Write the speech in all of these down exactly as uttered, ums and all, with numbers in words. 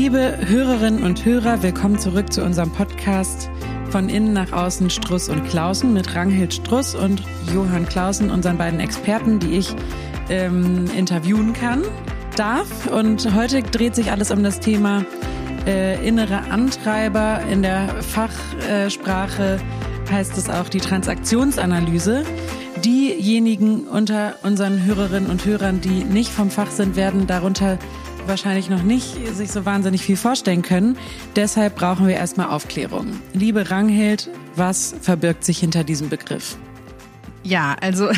Liebe Hörerinnen und Hörer, willkommen zurück zu unserem Podcast Von innen nach außen Struss und Clausen mit Ranghild Struss und Johann Clausen, unseren beiden Experten, die ich ähm, interviewen kann, darf. Und heute dreht sich alles um das Thema äh, innere Antreiber. In der Fachsprache heißt es auch die Transaktionsanalyse. Diejenigen unter unseren Hörerinnen und Hörern, die nicht vom Fach sind, werden darunter wahrscheinlich noch nicht sich so wahnsinnig viel vorstellen können. Deshalb brauchen wir erstmal Aufklärung. Liebe Ranghild, was verbirgt sich hinter diesem Begriff? Ja, also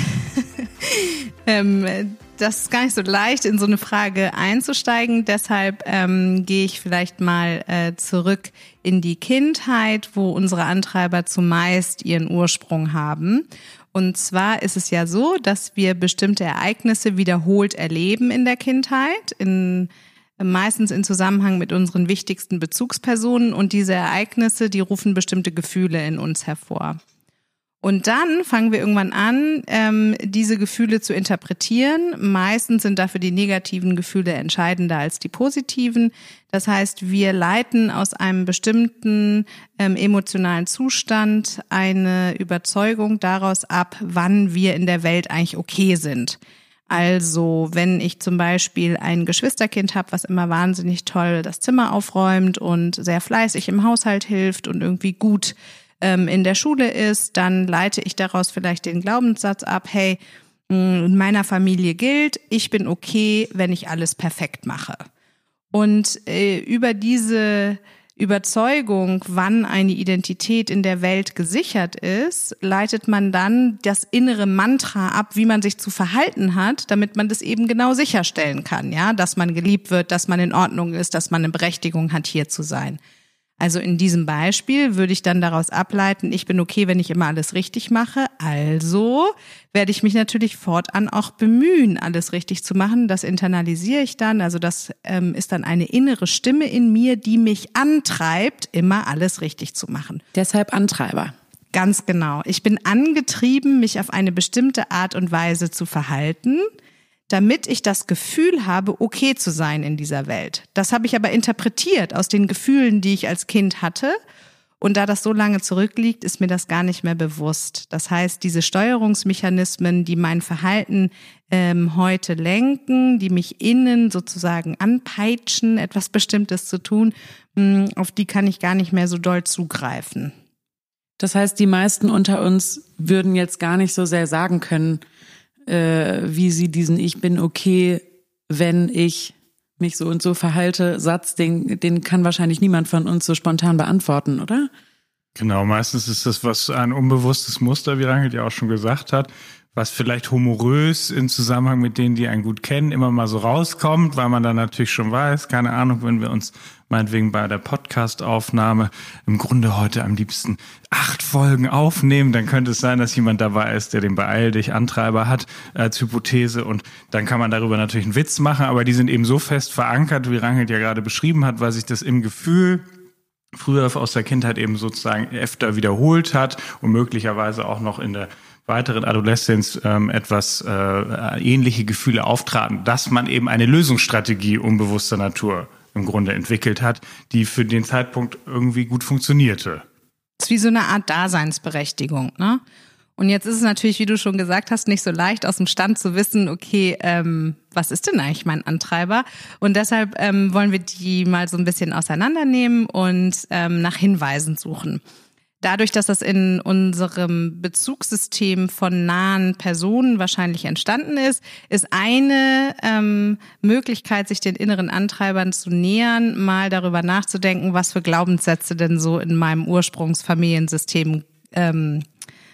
ähm, das ist gar nicht so leicht, in so eine Frage einzusteigen. Deshalb ähm, gehe ich vielleicht mal äh, zurück in die Kindheit, wo unsere Antreiber zumeist ihren Ursprung haben. Und zwar ist es ja so, dass wir bestimmte Ereignisse wiederholt erleben in der Kindheit, in, meistens in Zusammenhang mit unseren wichtigsten Bezugspersonen. Und diese Ereignisse, die rufen bestimmte Gefühle in uns hervor. Und dann fangen wir irgendwann an, ähm, diese Gefühle zu interpretieren. Meistens sind dafür die negativen Gefühle entscheidender als die positiven. Das heißt, wir leiten aus einem bestimmten ähm, emotionalen Zustand eine Überzeugung daraus ab, wann wir in der Welt eigentlich okay sind. Also wenn ich zum Beispiel ein Geschwisterkind habe, was immer wahnsinnig toll das Zimmer aufräumt und sehr fleißig im Haushalt hilft und irgendwie gut in der Schule ist, dann leite ich daraus vielleicht den Glaubenssatz ab, hey, in meiner Familie gilt, ich bin okay, wenn ich alles perfekt mache. Und äh, über diese Überzeugung, wann eine Identität in der Welt gesichert ist, leitet man dann das innere Mantra ab, wie man sich zu verhalten hat, damit man das eben genau sicherstellen kann, ja, dass man geliebt wird, dass man in Ordnung ist, dass man eine Berechtigung hat, hier zu sein. Also in diesem Beispiel würde ich dann daraus ableiten, ich bin okay, wenn ich immer alles richtig mache. Also werde ich mich natürlich fortan auch bemühen, alles richtig zu machen. Das internalisiere ich dann. Also das ähm, ist dann eine innere Stimme in mir, die mich antreibt, immer alles richtig zu machen. Deshalb Antreiber. Ganz genau. Ich bin angetrieben, mich auf eine bestimmte Art und Weise zu verhalten, damit ich das Gefühl habe, okay zu sein in dieser Welt. Das habe ich aber interpretiert aus den Gefühlen, die ich als Kind hatte. Und da das so lange zurückliegt, ist mir das gar nicht mehr bewusst. Das heißt, diese Steuerungsmechanismen, die mein Verhalten ähm, heute lenken, die mich innen sozusagen anpeitschen, etwas Bestimmtes zu tun, mh, auf die kann ich gar nicht mehr so doll zugreifen. Das heißt, die meisten unter uns würden jetzt gar nicht so sehr sagen können, Äh, wie sie diesen Ich bin okay, wenn ich mich so und so verhalte, Satz, den, den kann wahrscheinlich niemand von uns so spontan beantworten, oder? Genau, meistens ist das was ein unbewusstes Muster, wie Ranghild ja auch schon gesagt hat, was vielleicht humorös im Zusammenhang mit denen, die einen gut kennen, immer mal so rauskommt, weil man dann natürlich schon weiß, keine Ahnung, wenn wir uns meinetwegen bei der Podcast-Aufnahme im Grunde heute am liebsten acht Folgen aufnehmen, dann könnte es sein, dass jemand dabei ist, der den Beeil dich Antreiber hat als Hypothese, und dann kann man darüber natürlich einen Witz machen, aber die sind eben so fest verankert, wie Ranghild ja gerade beschrieben hat, weil sich das im Gefühl früher aus der Kindheit eben sozusagen öfter wiederholt hat und möglicherweise auch noch in der weiteren Adoleszenz ähm, etwas äh, ähnliche Gefühle auftraten, dass man eben eine Lösungsstrategie unbewusster Natur im Grunde entwickelt hat, die für den Zeitpunkt irgendwie gut funktionierte. Das ist wie so eine Art Daseinsberechtigung, ne? Und jetzt ist es natürlich, wie du schon gesagt hast, nicht so leicht aus dem Stand zu wissen, okay, ähm, was ist denn eigentlich mein Antreiber? Und deshalb ähm, wollen wir die mal so ein bisschen auseinandernehmen und ähm, nach Hinweisen suchen. Dadurch, dass das in unserem Bezugssystem von nahen Personen wahrscheinlich entstanden ist, ist eine ähm, Möglichkeit, sich den inneren Antreibern zu nähern, mal darüber nachzudenken, was für Glaubenssätze denn so in meinem Ursprungsfamiliensystem ähm,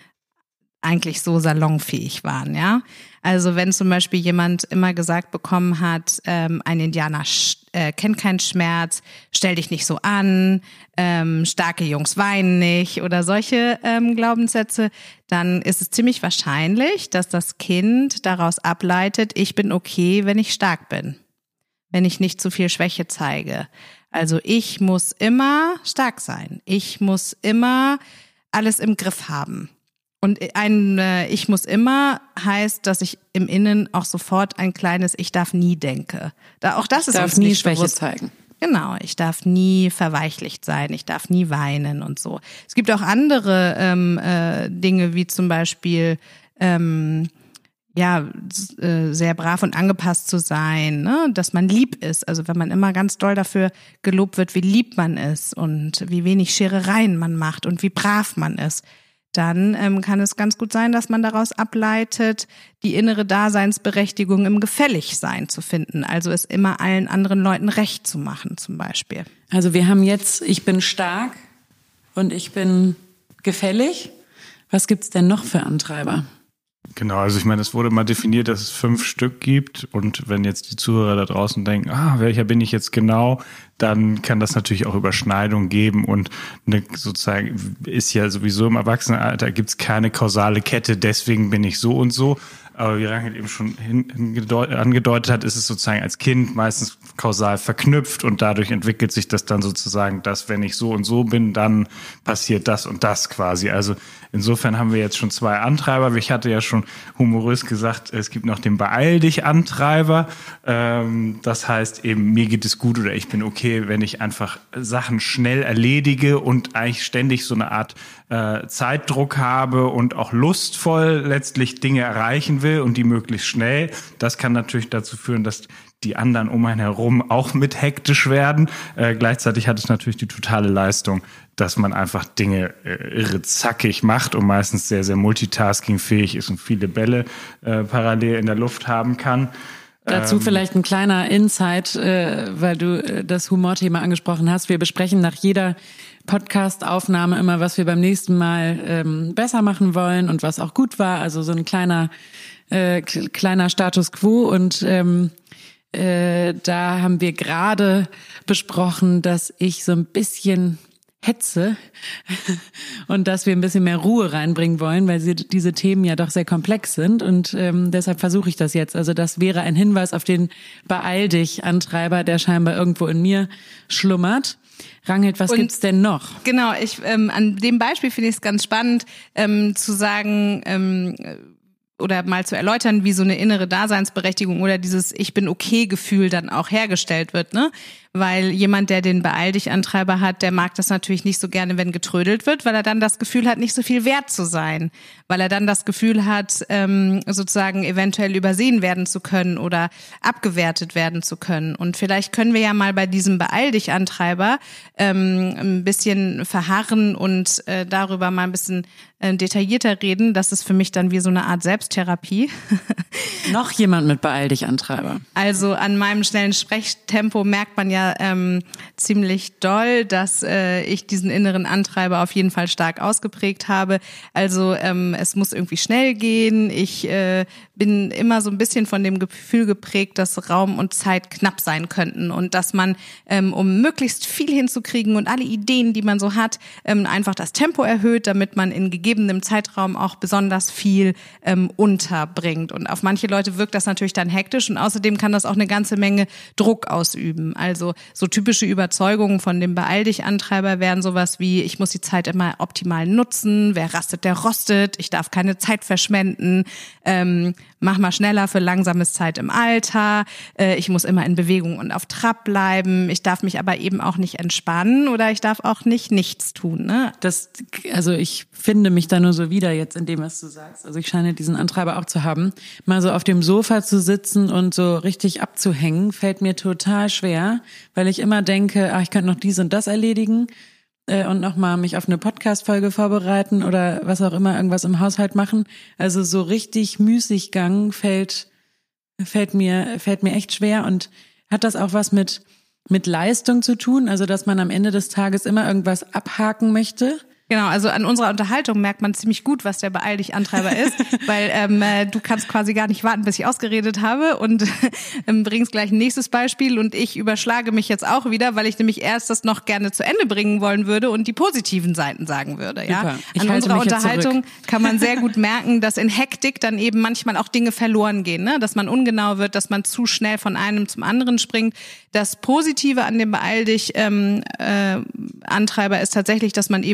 eigentlich so salonfähig waren, ja. Also wenn zum Beispiel jemand immer gesagt bekommen hat, ähm, ein Indianer sch- äh, kennt keinen Schmerz, stell dich nicht so an, ähm, starke Jungs weinen nicht oder solche ähm, Glaubenssätze, dann ist es ziemlich wahrscheinlich, dass das Kind daraus ableitet, ich bin okay, wenn ich stark bin, wenn ich nicht zu viel Schwäche zeige. Also ich muss immer stark sein, ich muss immer alles im Griff haben. Und ein äh, Ich muss immer heißt, dass ich im Innen auch sofort ein kleines Ich darf nie denke. Da, auch das ich ist darf uns nie nicht Schwäche bewusst. zeigen. Genau, ich darf nie verweichlicht sein, ich darf nie weinen und so. Es gibt auch andere ähm, äh, Dinge, wie zum Beispiel ähm, ja äh, sehr brav und angepasst zu sein, ne? Dass man lieb ist. Also wenn man immer ganz doll dafür gelobt wird, wie lieb man ist und wie wenig Scherereien man macht und wie brav man ist, dann ähm, kann es ganz gut sein, dass man daraus ableitet, die innere Daseinsberechtigung im Gefälligsein zu finden. Also es immer allen anderen Leuten recht zu machen zum Beispiel. Also wir haben jetzt, ich bin stark und ich bin gefällig. Was gibt's denn noch für Antreiber? Genau, also ich meine, es wurde mal definiert, dass es fünf Stück gibt und wenn jetzt die Zuhörer da draußen denken, ah, welcher bin ich jetzt genau, dann kann das natürlich auch Überschneidung geben und eine, sozusagen ist ja sowieso im Erwachsenenalter gibt's keine kausale Kette, deswegen bin ich so und so. Aber wie Rangel eben schon hin, angedeutet hat, ist es sozusagen als Kind meistens kausal verknüpft und dadurch entwickelt sich das dann sozusagen, dass wenn ich so und so bin, dann passiert das und das quasi. Also insofern haben wir jetzt schon zwei Antreiber. Ich hatte ja schon humorös gesagt, es gibt noch den Beeil-dich-Antreiber. Das heißt eben, mir geht es gut oder ich bin okay, wenn ich einfach Sachen schnell erledige und eigentlich ständig so eine Art äh, Zeitdruck habe und auch lustvoll letztlich Dinge erreichen will und die möglichst schnell. Das kann natürlich dazu führen, dass die anderen um einen herum auch mit hektisch werden. Äh, gleichzeitig hat es natürlich die totale Leistung, dass man einfach Dinge äh, irre zackig macht und meistens sehr, sehr multitaskingfähig ist und viele Bälle äh, parallel in der Luft haben kann. Dazu vielleicht ein kleiner Insight, äh, weil du äh, das Humorthema angesprochen hast. Wir besprechen nach jeder Podcast-Aufnahme immer, was wir beim nächsten Mal ähm, besser machen wollen und was auch gut war. Also so ein kleiner äh, kleiner Status Quo. Und ähm, äh, da haben wir gerade besprochen, dass ich so ein bisschen hetze und dass wir ein bisschen mehr Ruhe reinbringen wollen, weil sie, diese Themen ja doch sehr komplex sind und ähm, deshalb versuche ich das jetzt. Also das wäre ein Hinweis auf den Beeil-dich-Antreiber, der scheinbar irgendwo in mir schlummert. Ranghild, was und, gibt's denn noch? Genau, ich ähm, an dem Beispiel finde ich es ganz spannend ähm, zu sagen ähm, oder mal zu erläutern, wie so eine innere Daseinsberechtigung oder dieses Ich bin okay Gefühl dann auch hergestellt wird, ne? Weil jemand, der den Beeil-dich-Antreiber hat, der mag das natürlich nicht so gerne, wenn getrödelt wird, weil er dann das Gefühl hat, nicht so viel wert zu sein, weil er dann das Gefühl hat, ähm, sozusagen eventuell übersehen werden zu können oder abgewertet werden zu können. Und vielleicht können wir ja mal bei diesem Beeil-dich-Antreiber ähm, ein bisschen verharren und äh, darüber mal ein bisschen äh, detaillierter reden. Das ist für mich dann wie so eine Art Selbsttherapie. Noch jemand mit Beeil-dich-Antreiber? Also an meinem schnellen Sprechtempo merkt man ja ähm, ziemlich doll, dass äh, ich diesen inneren Antreiber auf jeden Fall stark ausgeprägt habe. Also ähm, es muss irgendwie schnell gehen. Ich äh, bin immer so ein bisschen von dem Gefühl geprägt, dass Raum und Zeit knapp sein könnten und dass man, ähm, um möglichst viel hinzukriegen und alle Ideen, die man so hat, ähm, einfach das Tempo erhöht, damit man in gegebenem Zeitraum auch besonders viel ähm, unterbringt. Und auf manche Leute wirkt das natürlich dann hektisch und außerdem kann das auch eine ganze Menge Druck ausüben. Also so typische Überzeugungen von dem Beeil-dich-Antreiber wären sowas wie, ich muss die Zeit immer optimal nutzen, wer rastet, der rostet, ich darf keine Zeit verschwenden, ähm, mach mal schneller für langsames Zeit im Alter, äh, ich muss immer in Bewegung und auf Trab bleiben, ich darf mich aber eben auch nicht entspannen oder ich darf auch nicht nichts tun. Ne? Das, also ich finde mich da nur so wieder jetzt in dem, was du sagst. Also ich scheine diesen Antreiber auch zu haben. Mal so auf dem Sofa zu sitzen und so richtig abzuhängen, fällt mir total schwer, weil ich immer denke, ach, ich könnte noch dies und das erledigen äh, und nochmal mich auf eine Podcast-Folge vorbereiten oder was auch immer, irgendwas im Haushalt machen. Also so richtig Müßiggang fällt, fällt mir, fällt mir echt schwer und hat das auch was mit, mit Leistung zu tun? Also, dass man am Ende des Tages immer irgendwas abhaken möchte? Genau, also an unserer Unterhaltung merkt man ziemlich gut, was der Beeil-dich-Antreiber ist, weil ähm, du kannst quasi gar nicht warten, bis ich ausgeredet habe und ähm, bringst gleich ein nächstes Beispiel und ich überschlage mich jetzt auch wieder, weil ich nämlich erst das noch gerne zu Ende bringen wollen würde und die positiven Seiten sagen würde. Ja, an unserer Unterhaltung kann man sehr gut merken, dass in Hektik dann eben manchmal auch Dinge verloren gehen, ne? Dass man ungenau wird, dass man zu schnell von einem zum anderen springt. Das Positive an dem Beeil-dich-Antreiber ist tatsächlich, dass man eben produktiv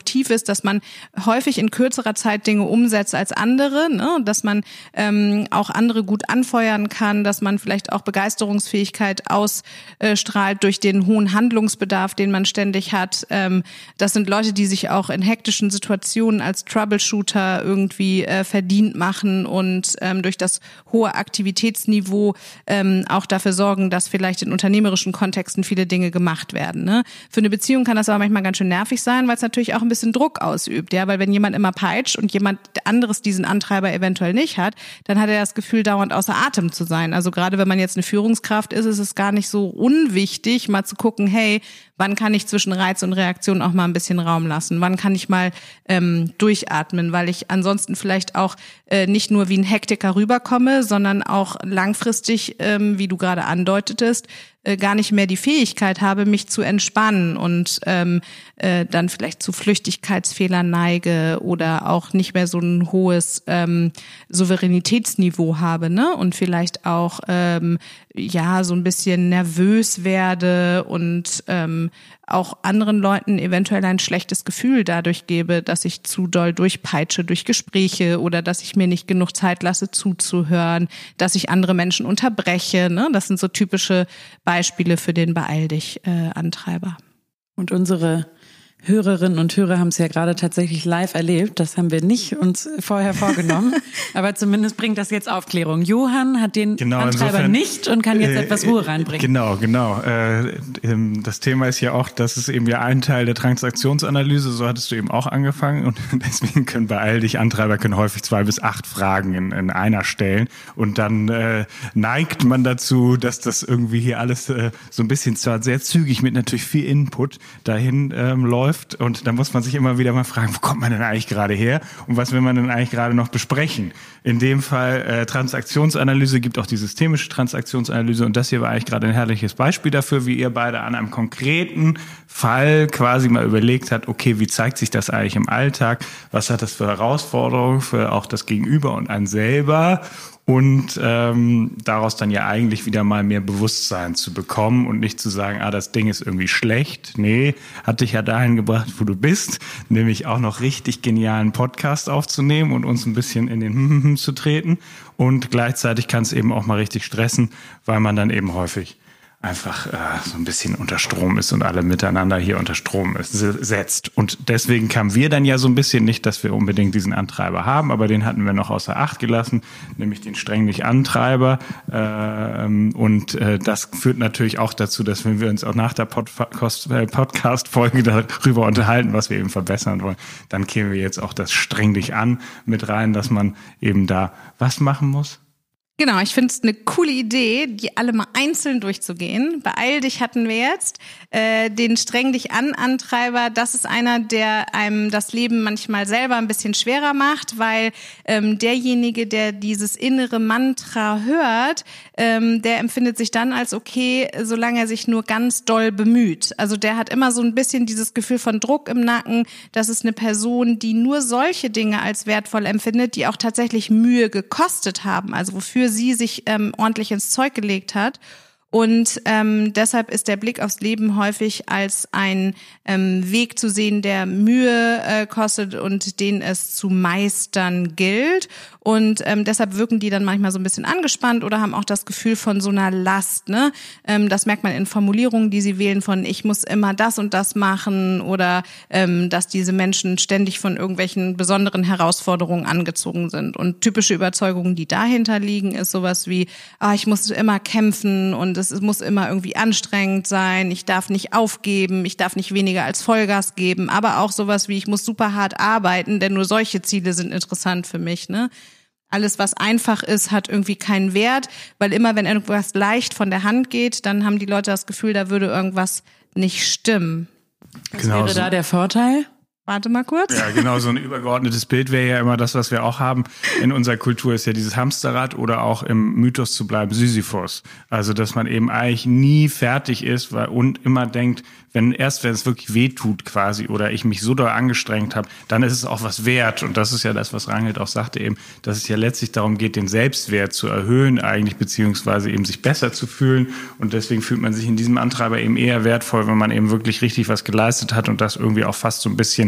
produktiv ist, dass man häufig in kürzerer Zeit Dinge umsetzt als andere, ne? Dass man ähm, auch andere gut anfeuern kann, dass man vielleicht auch Begeisterungsfähigkeit ausstrahlt durch den hohen Handlungsbedarf, den man ständig hat. Ähm, das sind Leute, die sich auch in hektischen Situationen als Troubleshooter irgendwie äh, verdient machen und ähm, durch das hohe Aktivitätsniveau ähm, auch dafür sorgen, dass vielleicht in unternehmerischen Kontexten viele Dinge gemacht werden. Ne? Für eine Beziehung kann das aber manchmal ganz schön nervig sein, weil es natürlich auch ein bisschen Druck ausübt. Ja, weil wenn jemand immer peitscht und jemand anderes diesen Antreiber eventuell nicht hat, dann hat er das Gefühl, dauernd außer Atem zu sein. Also gerade wenn man jetzt eine Führungskraft ist, ist es gar nicht so unwichtig, mal zu gucken, hey, wann kann ich zwischen Reiz und Reaktion auch mal ein bisschen Raum lassen? Wann kann ich mal ähm, durchatmen? Weil ich ansonsten vielleicht auch äh, nicht nur wie ein Hektiker rüberkomme, sondern auch langfristig, ähm, wie du gerade andeutetest, äh, gar nicht mehr die Fähigkeit habe, mich zu entspannen und ähm, äh, dann vielleicht zu Flüchtigkeitsfehlern neige oder auch nicht mehr so ein hohes ähm, Souveränitätsniveau habe, ne? Und vielleicht auch ähm, ja so ein bisschen nervös werde und ähm, auch anderen Leuten eventuell ein schlechtes Gefühl dadurch gebe, dass ich zu doll durchpeitsche durch Gespräche oder dass ich mir nicht genug Zeit lasse zuzuhören, dass ich andere Menschen unterbreche. Ne? Das sind so typische Beispiele für den Beeil dich äh, Antreiber. Und unsere Hörerinnen und Hörer haben es ja gerade tatsächlich live erlebt. Das haben wir nicht uns vorher vorgenommen. Aber zumindest bringt das jetzt Aufklärung. Johann hat den genau, Antreiber insofern, nicht und kann jetzt äh, etwas Ruhe reinbringen. Genau, genau. Äh, das Thema ist ja auch, das ist eben ja ein Teil der Transaktionsanalyse. So hattest du eben auch angefangen. Und deswegen können Beeil dich Antreiber können häufig zwei bis acht Fragen in, in einer stellen. Und dann äh, neigt man dazu, dass das irgendwie hier alles äh, so ein bisschen zwar sehr zügig mit natürlich viel Input dahin ähm, läuft. Und da muss man sich immer wieder mal fragen, wo kommt man denn eigentlich gerade her und was will man denn eigentlich gerade noch besprechen? In dem Fall äh, Transaktionsanalyse, gibt auch die systemische Transaktionsanalyse und das hier war eigentlich gerade ein herrliches Beispiel dafür, wie ihr beide an einem konkreten Fall quasi mal überlegt habt, okay, wie zeigt sich das eigentlich im Alltag? Was hat das für Herausforderungen für auch das Gegenüber und einen selber? Und ähm, daraus dann ja eigentlich wieder mal mehr Bewusstsein zu bekommen und nicht zu sagen, ah, das Ding ist irgendwie schlecht. Nee, hat dich ja dahin gebracht, wo du bist, nämlich auch noch richtig genialen Podcast aufzunehmen und uns ein bisschen in den Hm-Hm-Hm zu treten. Und gleichzeitig kann es eben auch mal richtig stressen, weil man dann eben häufig einfach äh, so ein bisschen unter Strom ist und alle miteinander hier unter Strom ist, setzt. Und deswegen kamen wir dann ja so ein bisschen nicht, dass wir unbedingt diesen Antreiber haben, aber den hatten wir noch außer Acht gelassen, nämlich den Streng-dich-Antreiber. Äh, und äh, das führt natürlich auch dazu, dass wenn wir uns auch nach der Podcast-Folge darüber unterhalten, was wir eben verbessern wollen, dann kämen wir jetzt auch das Streng-dich-an mit rein, dass man eben da was machen muss. Genau, ich finde es eine coole Idee, die alle mal einzeln durchzugehen. Beeil dich hatten wir jetzt. Äh, den Streng dich an Antreiber, das ist einer, der einem das Leben manchmal selber ein bisschen schwerer macht, weil ähm, derjenige, der dieses innere Mantra hört, ähm, der empfindet sich dann als okay, solange er sich nur ganz doll bemüht. Also der hat immer so ein bisschen dieses Gefühl von Druck im Nacken. Das ist eine Person, die nur solche Dinge als wertvoll empfindet, die auch tatsächlich Mühe gekostet haben, also wofür sie sich ähm, ordentlich ins Zeug gelegt hat. Und ähm, deshalb ist der Blick aufs Leben häufig als ein ähm, Weg zu sehen, der Mühe äh, kostet und den es zu meistern gilt. Und ähm, deshalb wirken die dann manchmal so ein bisschen angespannt oder haben auch das Gefühl von so einer Last. Ne? Ähm, das merkt man in Formulierungen, die sie wählen von ich muss immer das und das machen oder ähm, dass diese Menschen ständig von irgendwelchen besonderen Herausforderungen angezogen sind. Und typische Überzeugungen, die dahinter liegen, ist sowas wie, ah, ich muss immer kämpfen und es muss immer irgendwie anstrengend sein, ich darf nicht aufgeben, ich darf nicht weniger als Vollgas geben, aber auch sowas wie, ich muss super hart arbeiten, denn nur solche Ziele sind interessant für mich, ne? Alles, was einfach ist, hat irgendwie keinen Wert, weil immer, wenn irgendwas leicht von der Hand geht, dann haben die Leute das Gefühl, da würde irgendwas nicht stimmen. Was genau wäre so da der Vorteil? Warte mal kurz. Ja, genau, so ein übergeordnetes Bild wäre ja immer das, was wir auch haben in unserer Kultur, ist ja dieses Hamsterrad oder auch im Mythos zu bleiben, Sisyphos. Also, dass man eben eigentlich nie fertig ist weil, und immer denkt, wenn erst wenn es wirklich weh tut quasi oder ich mich so doll angestrengt habe, dann ist es auch was wert. Und das ist ja das, was Ranghild auch sagte eben, dass es ja letztlich darum geht, den Selbstwert zu erhöhen eigentlich, beziehungsweise eben sich besser zu fühlen. Und deswegen fühlt man sich in diesem Antreiber eben eher wertvoll, wenn man eben wirklich richtig was geleistet hat und das irgendwie auch fast so ein bisschen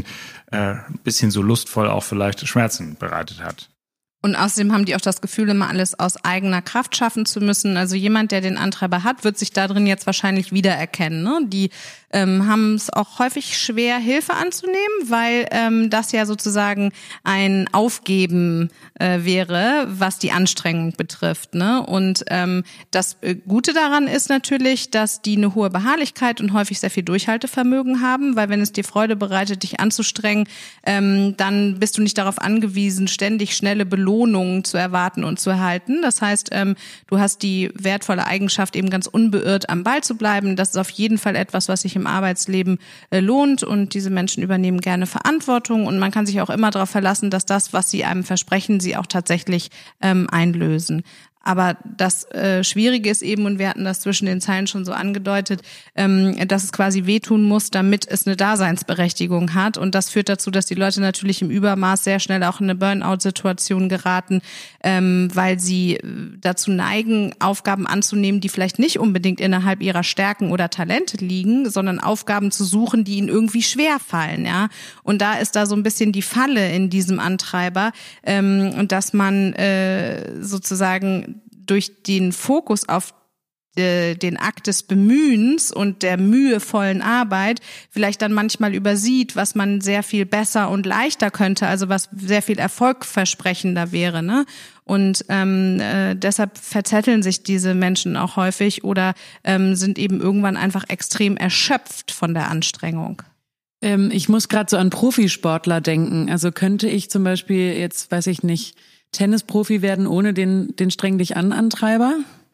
äh, ein bisschen so lustvoll auch vielleicht Schmerzen bereitet hat. Und außerdem haben die auch das Gefühl, immer alles aus eigener Kraft schaffen zu müssen. Also jemand, der den Antreiber hat, wird sich da drin jetzt wahrscheinlich wiedererkennen. Ne? Die ähm, haben es auch häufig schwer, Hilfe anzunehmen, weil ähm, das ja sozusagen ein Aufgeben äh, wäre, was die Anstrengung betrifft. Ne? Und ähm, das Gute daran ist natürlich, dass die eine hohe Beharrlichkeit und häufig sehr viel Durchhaltevermögen haben, weil wenn es dir Freude bereitet, dich anzustrengen, ähm, dann bist du nicht darauf angewiesen, ständig schnelle Belohnungen Belohnungen zu erwarten und zu erhalten. Das heißt, ähm, du hast die wertvolle Eigenschaft, eben ganz unbeirrt am Ball zu bleiben. Das ist auf jeden Fall etwas, was sich im Arbeitsleben äh, lohnt, und diese Menschen übernehmen gerne Verantwortung, und man kann sich auch immer darauf verlassen, dass das, was sie einem versprechen, sie auch tatsächlich ähm, einlösen. Aber das äh, Schwierige ist eben, und wir hatten das zwischen den Zeilen schon so angedeutet, ähm, dass es quasi wehtun muss, damit es eine Daseinsberechtigung hat. Und das führt dazu, dass die Leute natürlich im Übermaß sehr schnell auch in eine Burnout-Situation geraten, ähm, weil sie dazu neigen, Aufgaben anzunehmen, die vielleicht nicht unbedingt innerhalb ihrer Stärken oder Talente liegen, sondern Aufgaben zu suchen, die ihnen irgendwie schwerfallen. Ja? Und da ist da so ein bisschen die Falle in diesem Antreiber, ähm, dass man äh, sozusagen durch den Fokus auf de, den Akt des Bemühens und der mühevollen Arbeit vielleicht dann manchmal übersieht, was man sehr viel besser und leichter könnte, also was sehr viel erfolgversprechender wäre, ne? Und ähm, äh, deshalb verzetteln sich diese Menschen auch häufig oder ähm, sind eben irgendwann einfach extrem erschöpft von der Anstrengung. Ähm, ich muss gerade so an Profisportler denken. Also könnte ich zum Beispiel jetzt, weiß ich nicht, Tennisprofi werden ohne den, den streng dich an Antreiber?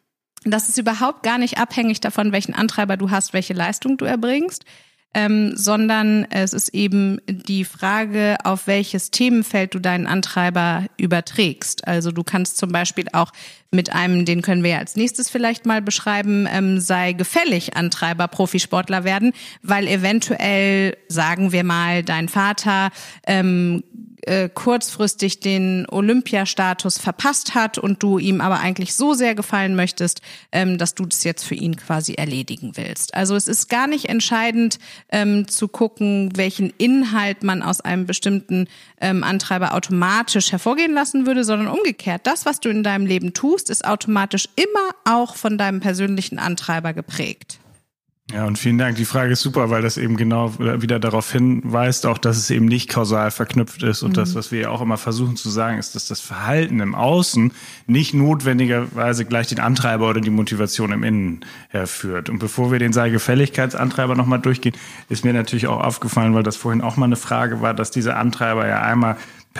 Das ist überhaupt gar nicht abhängig davon, welchen Antreiber du hast, welche Leistung du erbringst, ähm, sondern es ist eben die Frage, auf welches Themenfeld du deinen Antreiber überträgst. Also du kannst zum Beispiel auch mit einem, den können wir ja als nächstes vielleicht mal beschreiben, ähm, sei gefällig Antreiber Profisportler werden, weil eventuell, sagen wir mal, dein Vater ähm, äh, kurzfristig den Olympiastatus verpasst hat und du ihm aber eigentlich so sehr gefallen möchtest, ähm, dass du das jetzt für ihn quasi erledigen willst. Also es ist gar nicht entscheidend ähm, zu gucken, welchen Inhalt man aus einem bestimmten ähm, Antreiber automatisch hervorgehen lassen würde, sondern umgekehrt. Das, was du in deinem Leben tust, ist automatisch immer auch von deinem persönlichen Antreiber geprägt. Ja, und vielen Dank. Die Frage ist super, weil das eben genau wieder darauf hinweist, auch dass es eben nicht kausal verknüpft ist. Und mhm. das, was wir ja auch immer versuchen zu sagen, ist, dass das Verhalten im Außen nicht notwendigerweise gleich den Antreiber oder die Motivation im Innen herführt. Und bevor wir den Sei-Gefälligkeitsantreiber nochmal durchgehen, ist mir natürlich auch aufgefallen, weil das vorhin auch mal eine Frage war, dass diese Antreiber ja einmal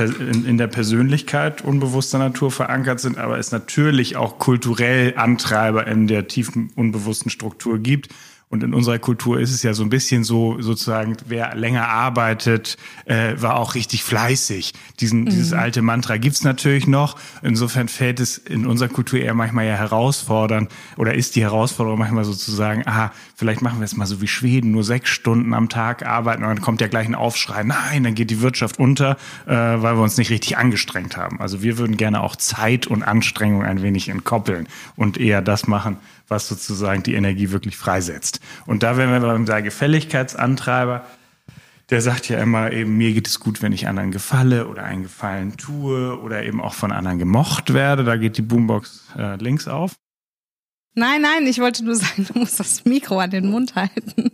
in der Persönlichkeit unbewusster Natur verankert sind, aber es natürlich auch kulturell Antreiber in der tiefen unbewussten Struktur gibt. Und in unserer Kultur ist es ja so ein bisschen so, sozusagen, wer länger arbeitet, äh, war auch richtig fleißig. Diesen, mhm. Dieses alte Mantra gibt's natürlich noch. Insofern fällt es in unserer Kultur eher manchmal ja herausfordernd oder ist die Herausforderung manchmal sozusagen, aha, vielleicht machen wir es mal so wie Schweden, nur sechs Stunden am Tag arbeiten und dann kommt ja gleich ein Aufschrei, nein, dann geht die Wirtschaft unter, äh, weil wir uns nicht richtig angestrengt haben. Also wir würden gerne auch Zeit und Anstrengung ein wenig entkoppeln und eher das machen, was sozusagen die Energie wirklich freisetzt. Und da wären wir beim Sei-Gefälligkeitsantreiber, der sagt ja immer eben, mir geht es gut, wenn ich anderen gefalle oder einen Gefallen tue oder eben auch von anderen gemocht werde. Da geht die Boombox äh, links auf. Nein, nein, ich wollte nur sagen, du musst das Mikro an den Mund halten.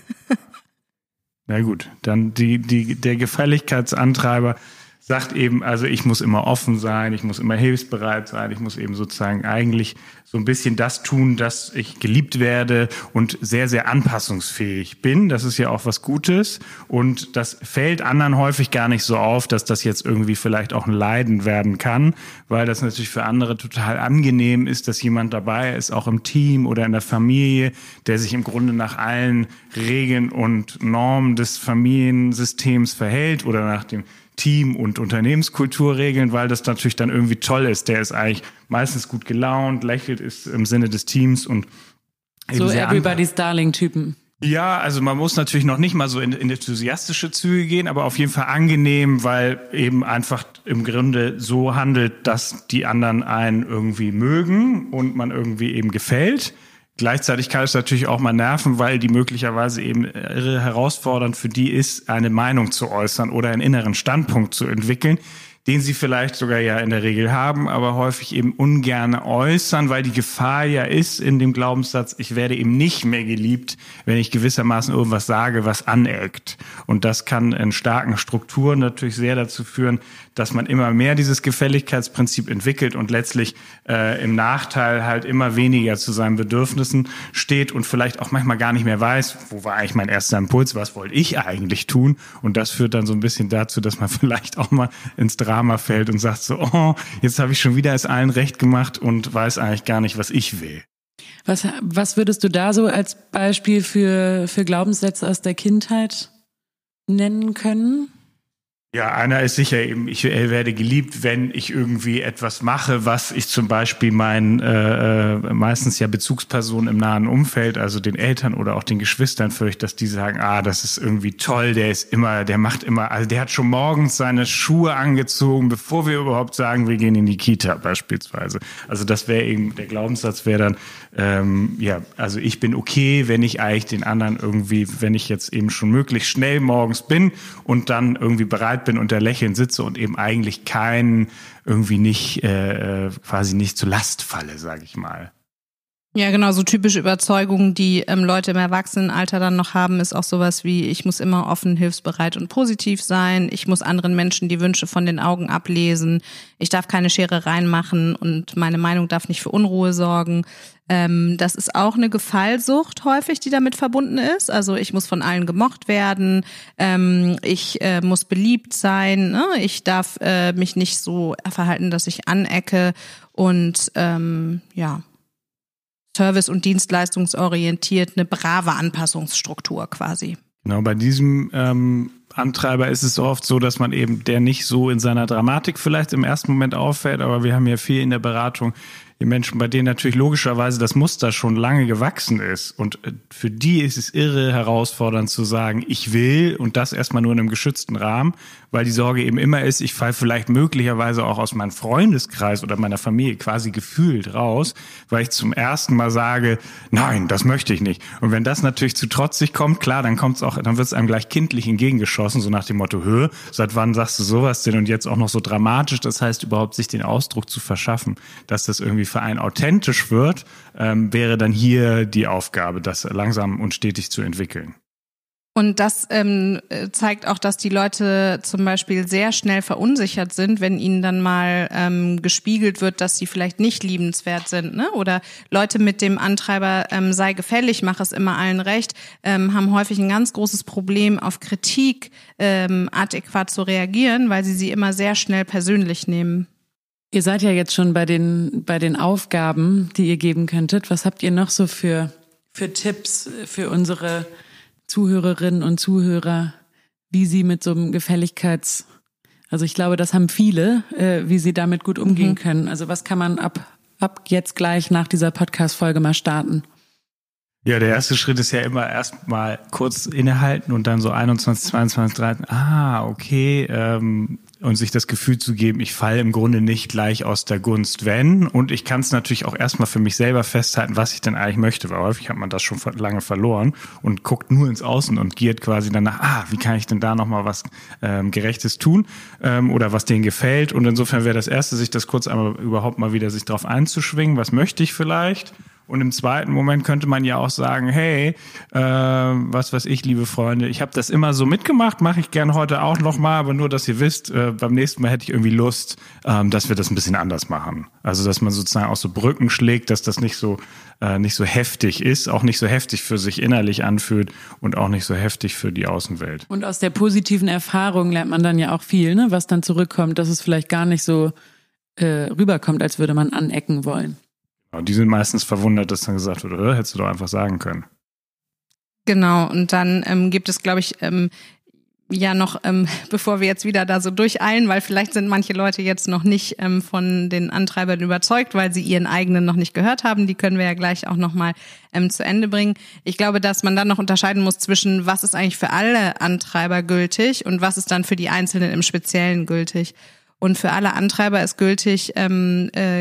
Na gut, dann die, die, der Gefälligkeitsantreiber sagt eben, also ich muss immer offen sein, ich muss immer hilfsbereit sein, ich muss eben sozusagen eigentlich so ein bisschen das tun, dass ich geliebt werde und sehr, sehr anpassungsfähig bin. Das ist ja auch was Gutes und das fällt anderen häufig gar nicht so auf, dass das jetzt irgendwie vielleicht auch ein Leiden werden kann, weil das natürlich für andere total angenehm ist, dass jemand dabei ist, auch im Team oder in der Familie, der sich im Grunde nach allen Regeln und Normen des Familiensystems verhält oder nach dem Team- und Unternehmenskulturregeln, weil das natürlich dann irgendwie toll ist. Der ist eigentlich meistens gut gelaunt, lächelt, ist im Sinne des Teams und eben so sehr Everybody's Darling-Typen. Ja, also man muss natürlich noch nicht mal so in, in enthusiastische Züge gehen, aber auf jeden Fall angenehm, weil eben einfach im Grunde so handelt, dass die anderen einen irgendwie mögen und man irgendwie eben gefällt. Gleichzeitig kann es natürlich auch mal nerven, weil die möglicherweise eben irre herausfordernd für die ist, eine Meinung zu äußern oder einen inneren Standpunkt zu entwickeln, den sie vielleicht sogar ja in der Regel haben, aber häufig eben ungern äußern, weil die Gefahr ja ist in dem Glaubenssatz, ich werde eben nicht mehr geliebt, wenn ich gewissermaßen irgendwas sage, was aneckt. Und das kann in starken Strukturen natürlich sehr dazu führen, dass man immer mehr dieses Gefälligkeitsprinzip entwickelt und letztlich äh, im Nachteil halt immer weniger zu seinen Bedürfnissen steht und vielleicht auch manchmal gar nicht mehr weiß, wo war eigentlich mein erster Impuls, was wollte ich eigentlich tun? Und das führt dann so ein bisschen dazu, dass man vielleicht auch mal ins Drama fällt und sagt so, oh, jetzt habe ich schon wieder es allen recht gemacht und weiß eigentlich gar nicht, was ich will. Was, was würdest du da so als Beispiel für, für Glaubenssätze aus der Kindheit nennen können? Ja, einer ist sicher eben, ich werde geliebt, wenn ich irgendwie etwas mache, was ich zum Beispiel meinen äh, meistens ja Bezugspersonen im nahen Umfeld, also den Eltern oder auch den Geschwistern fürchte, dass die sagen, ah, das ist irgendwie toll, der ist immer, der macht immer, also der hat schon morgens seine Schuhe angezogen, bevor wir überhaupt sagen, wir gehen in die Kita beispielsweise. Also das wäre eben, der Glaubenssatz wäre dann, ähm, ja, also ich bin okay, wenn ich eigentlich den anderen irgendwie, wenn ich jetzt eben schon möglichst schnell morgens bin und dann irgendwie bereit bin und da lächelnd sitze und eben eigentlich keinen, irgendwie nicht, äh, quasi nicht zur Last falle, sage ich mal. Ja, genau, so typische Überzeugungen, die ähm, Leute im Erwachsenenalter dann noch haben, ist auch sowas wie, ich muss immer offen, hilfsbereit und positiv sein, ich muss anderen Menschen die Wünsche von den Augen ablesen, ich darf keine Schere reinmachen und meine Meinung darf nicht für Unruhe sorgen. Ähm, das ist auch eine Gefallsucht häufig, die damit verbunden ist. Also ich muss von allen gemocht werden, ähm, ich äh, muss beliebt sein, ne? Ich darf äh, mich nicht so verhalten, dass ich anecke und ähm, ja, service- und dienstleistungsorientiert, eine brave Anpassungsstruktur quasi. Genau, bei diesem ähm, Antreiber ist es oft so, dass man eben der nicht so in seiner Dramatik vielleicht im ersten Moment auffällt, aber wir haben ja viel in der Beratung die Menschen, bei denen natürlich logischerweise das Muster schon lange gewachsen ist. Und für die ist es irre herausfordernd zu sagen, ich will, und das erstmal nur in einem geschützten Rahmen, weil die Sorge eben immer ist, ich falle vielleicht möglicherweise auch aus meinem Freundeskreis oder meiner Familie quasi gefühlt raus, weil ich zum ersten Mal sage, nein, das möchte ich nicht. Und wenn das natürlich zu trotzig kommt, klar, dann kommt's auch, dann wird es einem gleich kindlich entgegengeschossen, so nach dem Motto, hö, seit wann sagst du sowas denn und jetzt auch noch so dramatisch, das heißt überhaupt sich den Ausdruck zu verschaffen, dass das irgendwie für einen authentisch wird, ähm, wäre dann hier die Aufgabe, das langsam und stetig zu entwickeln. Und das ähm, zeigt auch, dass die Leute zum Beispiel sehr schnell verunsichert sind, wenn ihnen dann mal ähm, gespiegelt wird, dass sie vielleicht nicht liebenswert sind, ne? Oder Leute mit dem Antreiber ähm, sei gefällig, mach es immer allen recht, ähm, haben häufig ein ganz großes Problem, auf Kritik ähm, adäquat zu reagieren, weil sie sie immer sehr schnell persönlich nehmen. Ihr seid ja jetzt schon bei den bei den Aufgaben, die ihr geben könntet. Was habt ihr noch so für für Tipps für unsere Zuhörerinnen und Zuhörer, wie sie mit so einem Gefälligkeits, also ich glaube, das haben viele, äh, wie sie damit gut umgehen mhm. können. Also was kann man ab ab jetzt gleich nach dieser Podcast-Folge mal starten? Ja, der erste Schritt ist ja immer erst mal kurz innehalten und dann so einundzwanzig, zweiundzwanzig, dreiundzwanzig, ah, okay, ähm, und sich das Gefühl zu geben, ich falle im Grunde nicht gleich aus der Gunst, wenn. Und ich kann es natürlich auch erstmal für mich selber festhalten, was ich denn eigentlich möchte, weil häufig hat man das schon lange verloren und guckt nur ins Außen und giert quasi danach, ah, wie kann ich denn da nochmal was ähm, Gerechtes tun ähm, oder was denen gefällt. Und insofern wäre das Erste, sich das kurz einmal überhaupt mal wieder sich drauf einzuschwingen, was möchte ich vielleicht. Und im zweiten Moment könnte man ja auch sagen, hey, äh, was weiß ich, liebe Freunde, ich habe das immer so mitgemacht, mache ich gern heute auch nochmal, aber nur, dass ihr wisst, äh, beim nächsten Mal hätte ich irgendwie Lust, ähm, dass wir das ein bisschen anders machen. Also, dass man sozusagen auch so Brücken schlägt, dass das nicht so äh, nicht so heftig ist, auch nicht so heftig für sich innerlich anfühlt und auch nicht so heftig für die Außenwelt. Und aus der positiven Erfahrung lernt man dann ja auch viel, ne, was dann zurückkommt, dass es vielleicht gar nicht so äh, rüberkommt, als würde man anecken wollen. Die sind meistens verwundert, dass dann gesagt wird, oder, hättest du doch einfach sagen können. Genau, und dann ähm, gibt es, glaube ich, ähm, ja noch, ähm, bevor wir jetzt wieder da so durcheilen, weil vielleicht sind manche Leute jetzt noch nicht ähm, von den Antreibern überzeugt, weil sie ihren eigenen noch nicht gehört haben. Die können wir ja gleich auch nochmal ähm, zu Ende bringen. Ich glaube, dass man dann noch unterscheiden muss zwischen, was ist eigentlich für alle Antreiber gültig und was ist dann für die Einzelnen im Speziellen gültig. Und für alle Antreiber ist gültig, ähm, äh,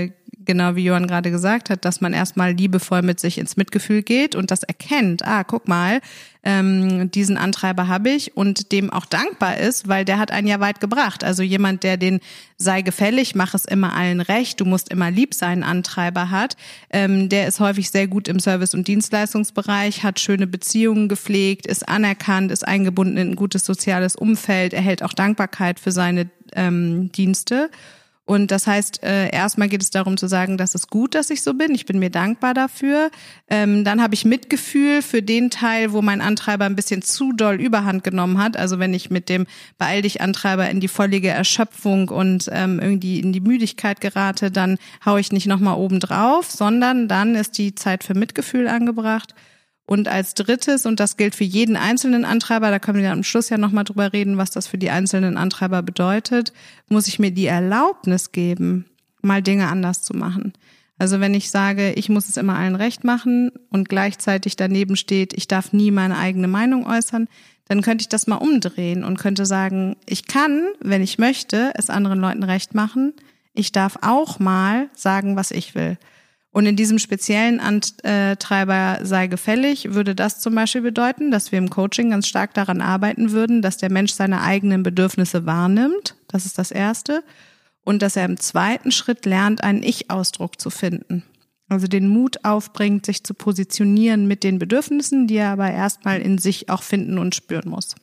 genau wie Johann gerade gesagt hat, dass man erstmal liebevoll mit sich ins Mitgefühl geht und das erkennt, ah, guck mal, ähm, diesen Antreiber habe ich und dem auch dankbar ist, weil der hat einen ja weit gebracht. Also jemand, der den sei gefällig, mach es immer allen recht, du musst immer lieb sein, Antreiber hat, ähm, der ist häufig sehr gut im Service- und Dienstleistungsbereich, hat schöne Beziehungen gepflegt, ist anerkannt, ist eingebunden in ein gutes soziales Umfeld, erhält auch Dankbarkeit für seine ähm, Dienste. Und das heißt, äh, erstmal geht es darum zu sagen, das ist gut, dass ich so bin. Ich bin mir dankbar dafür. Ähm, dann habe ich Mitgefühl für den Teil, wo mein Antreiber ein bisschen zu doll Überhand genommen hat. Also wenn ich mit dem Beeil dich Antreiber in die völlige Erschöpfung und ähm, irgendwie in die Müdigkeit gerate, dann haue ich nicht nochmal oben drauf, sondern dann ist die Zeit für Mitgefühl angebracht. Und als drittes, und das gilt für jeden einzelnen Antreiber, da können wir am Schluss ja nochmal drüber reden, was das für die einzelnen Antreiber bedeutet, muss ich mir die Erlaubnis geben, mal Dinge anders zu machen. Also wenn ich sage, ich muss es immer allen recht machen und gleichzeitig daneben steht, ich darf nie meine eigene Meinung äußern, dann könnte ich das mal umdrehen und könnte sagen, ich kann, wenn ich möchte, es anderen Leuten recht machen. Ich darf auch mal sagen, was ich will. Und in diesem speziellen Antreiber sei gefällig, würde das zum Beispiel bedeuten, dass wir im Coaching ganz stark daran arbeiten würden, dass der Mensch seine eigenen Bedürfnisse wahrnimmt. Das ist das Erste. Und dass er im zweiten Schritt lernt, einen Ich-Ausdruck zu finden. Also den Mut aufbringt, sich zu positionieren mit den Bedürfnissen, die er aber erstmal in sich auch finden und spüren muss.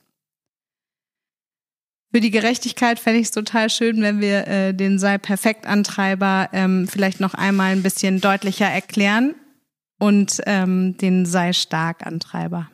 Für die Gerechtigkeit fände ich es total schön, wenn wir äh, den Sei-Perfekt-Antreiber ähm, vielleicht noch einmal ein bisschen deutlicher erklären und ähm, den Sei-Stark-Antreiber.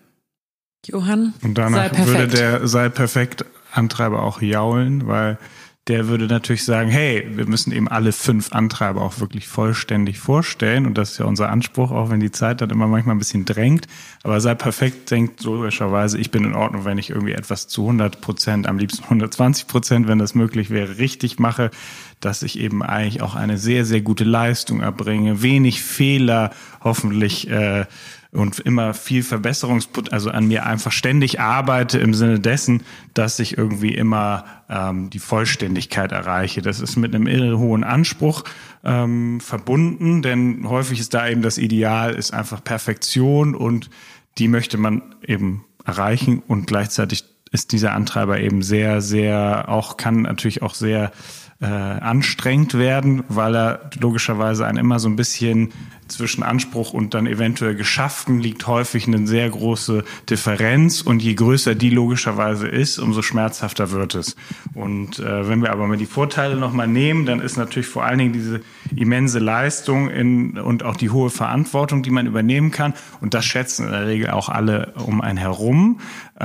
Johann, und danach würde der Sei-Perfekt-Antreiber auch jaulen, weil der würde natürlich sagen, hey, wir müssen eben alle fünf Antreiber auch wirklich vollständig vorstellen. Und das ist ja unser Anspruch, auch wenn die Zeit dann immer manchmal ein bisschen drängt. Aber sei perfekt, denkt logischerweise, ich bin in Ordnung, wenn ich irgendwie etwas zu hundert Prozent, am liebsten hundertzwanzig Prozent, wenn das möglich wäre, richtig mache, dass ich eben eigentlich auch eine sehr, sehr gute Leistung erbringe, wenig Fehler, hoffentlich äh, und immer viel Verbesserungsput, also an mir einfach ständig arbeite im Sinne dessen, dass ich irgendwie immer ähm, die Vollständigkeit erreiche. Das ist mit einem irre hohen Anspruch ähm, verbunden, denn häufig ist da eben das Ideal, ist einfach Perfektion und die möchte man eben erreichen und gleichzeitig ist dieser Antreiber eben sehr, sehr auch, kann natürlich auch sehr äh, anstrengend werden, weil er logischerweise einen immer so ein bisschen zwischen Anspruch und dann eventuell Geschafften liegt häufig eine sehr große Differenz und je größer die logischerweise ist, umso schmerzhafter wird es. Und äh, wenn wir aber mal die Vorteile nochmal nehmen, dann ist natürlich vor allen Dingen diese immense Leistung in, und auch die hohe Verantwortung, die man übernehmen kann und das schätzen in der Regel auch alle um einen herum,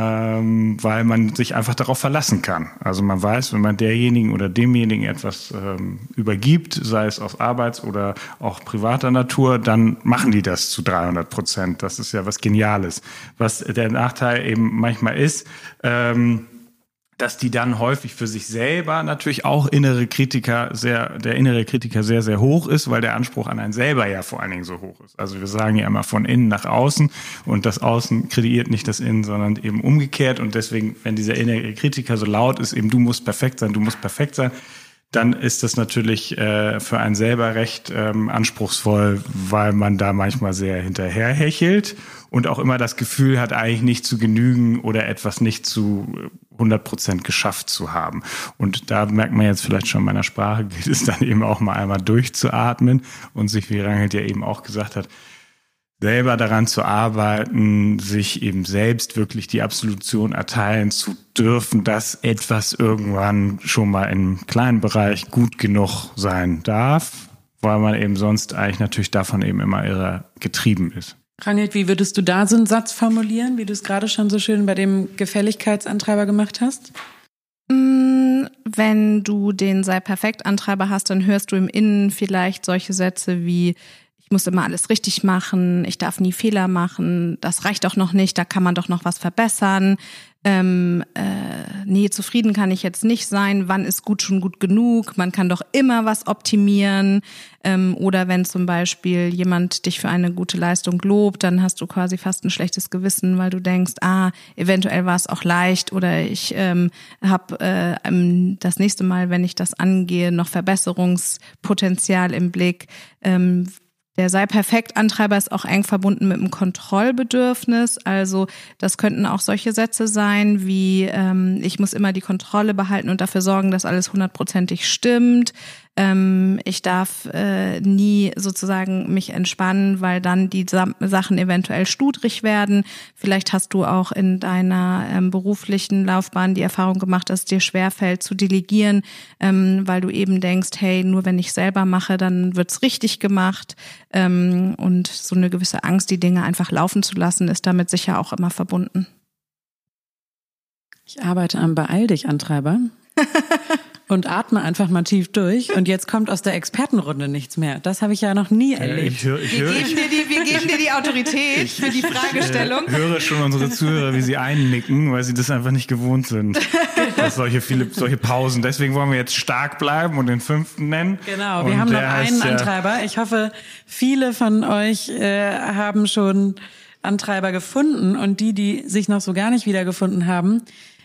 ähm, weil man sich einfach darauf verlassen kann. Also man weiß, wenn man derjenigen oder demjenigen etwas ähm, übergibt, sei es aus Arbeits- oder auch privater Natur, dann machen die das zu dreihundert Prozent. Das ist ja was Geniales. Was der Nachteil eben manchmal ist, ähm, dass die dann häufig für sich selber natürlich auch innere Kritiker sehr, der innere Kritiker sehr, sehr hoch ist, weil der Anspruch an einen selber ja vor allen Dingen so hoch ist. Also wir sagen ja immer von innen nach außen und das Außen kreiert nicht das Innen, sondern eben umgekehrt und deswegen, wenn dieser innere Kritiker so laut ist, eben du musst perfekt sein, du musst perfekt sein, dann ist das natürlich äh, für einen selber recht ähm, anspruchsvoll, weil man da manchmal sehr hinterherhechelt und auch immer das Gefühl hat, eigentlich nicht zu genügen oder etwas nicht zu hundert Prozent geschafft zu haben. Und da merkt man jetzt vielleicht schon in meiner Sprache, gilt es dann eben auch mal einmal durchzuatmen und sich, wie Rangelt ja eben auch gesagt hat, selber daran zu arbeiten, sich eben selbst wirklich die Absolution erteilen zu dürfen, dass etwas irgendwann schon mal im kleinen Bereich gut genug sein darf, weil man eben sonst eigentlich natürlich davon eben immer irre getrieben ist. Rangelt, wie würdest du da so einen Satz formulieren, wie du es gerade schon so schön bei dem Gefälligkeitsantreiber gemacht hast? Wenn du den Sei-Perfekt-Antreiber hast, dann hörst du im Innen vielleicht solche Sätze wie: Ich muss immer alles richtig machen, ich darf nie Fehler machen, das reicht doch noch nicht, da kann man doch noch was verbessern. Ähm, äh, nee, zufrieden kann ich jetzt nicht sein, wann ist gut schon gut genug, man kann doch immer was optimieren, ähm, oder wenn zum Beispiel jemand dich für eine gute Leistung lobt, dann hast du quasi fast ein schlechtes Gewissen, weil du denkst, ah, eventuell war es auch leicht oder ich ähm, habe äh, das nächste Mal, wenn ich das angehe, noch Verbesserungspotenzial im Blick. Ähm, Der Sei-Perfekt-Antreiber ist auch eng verbunden mit dem Kontrollbedürfnis. Also das könnten auch solche Sätze sein wie, ähm, ich muss immer die Kontrolle behalten und dafür sorgen, dass alles hundertprozentig stimmt. Ähm, ich darf äh, nie sozusagen mich entspannen, weil dann die Sa- Sachen eventuell studrig werden. Vielleicht hast du auch in deiner ähm, beruflichen Laufbahn die Erfahrung gemacht, dass es dir schwerfällt zu delegieren, ähm, weil du eben denkst, hey, nur wenn ich selber mache, dann wird's richtig gemacht. Ähm, und so eine gewisse Angst, die Dinge einfach laufen zu lassen, ist damit sicher auch immer verbunden. Ich arbeite am Beeil-dich-Antreiber. Und atme einfach mal tief durch und jetzt kommt aus der Expertenrunde nichts mehr. Das habe ich ja noch nie erlebt. Ich hör, ich wir, hör, geben ich, dir die, wir geben dir die Autorität ich, für die Fragestellung. Ich äh, höre schon unsere Zuhörer, wie sie einnicken, weil sie das einfach nicht gewohnt sind. Dass solche viele solche Pausen. Deswegen wollen wir jetzt stark bleiben und den fünften nennen. Genau, wir und haben noch einen ja, Antreiber. Ich hoffe, viele von euch äh, haben schon Antreiber gefunden und die, die sich noch so gar nicht wiedergefunden haben,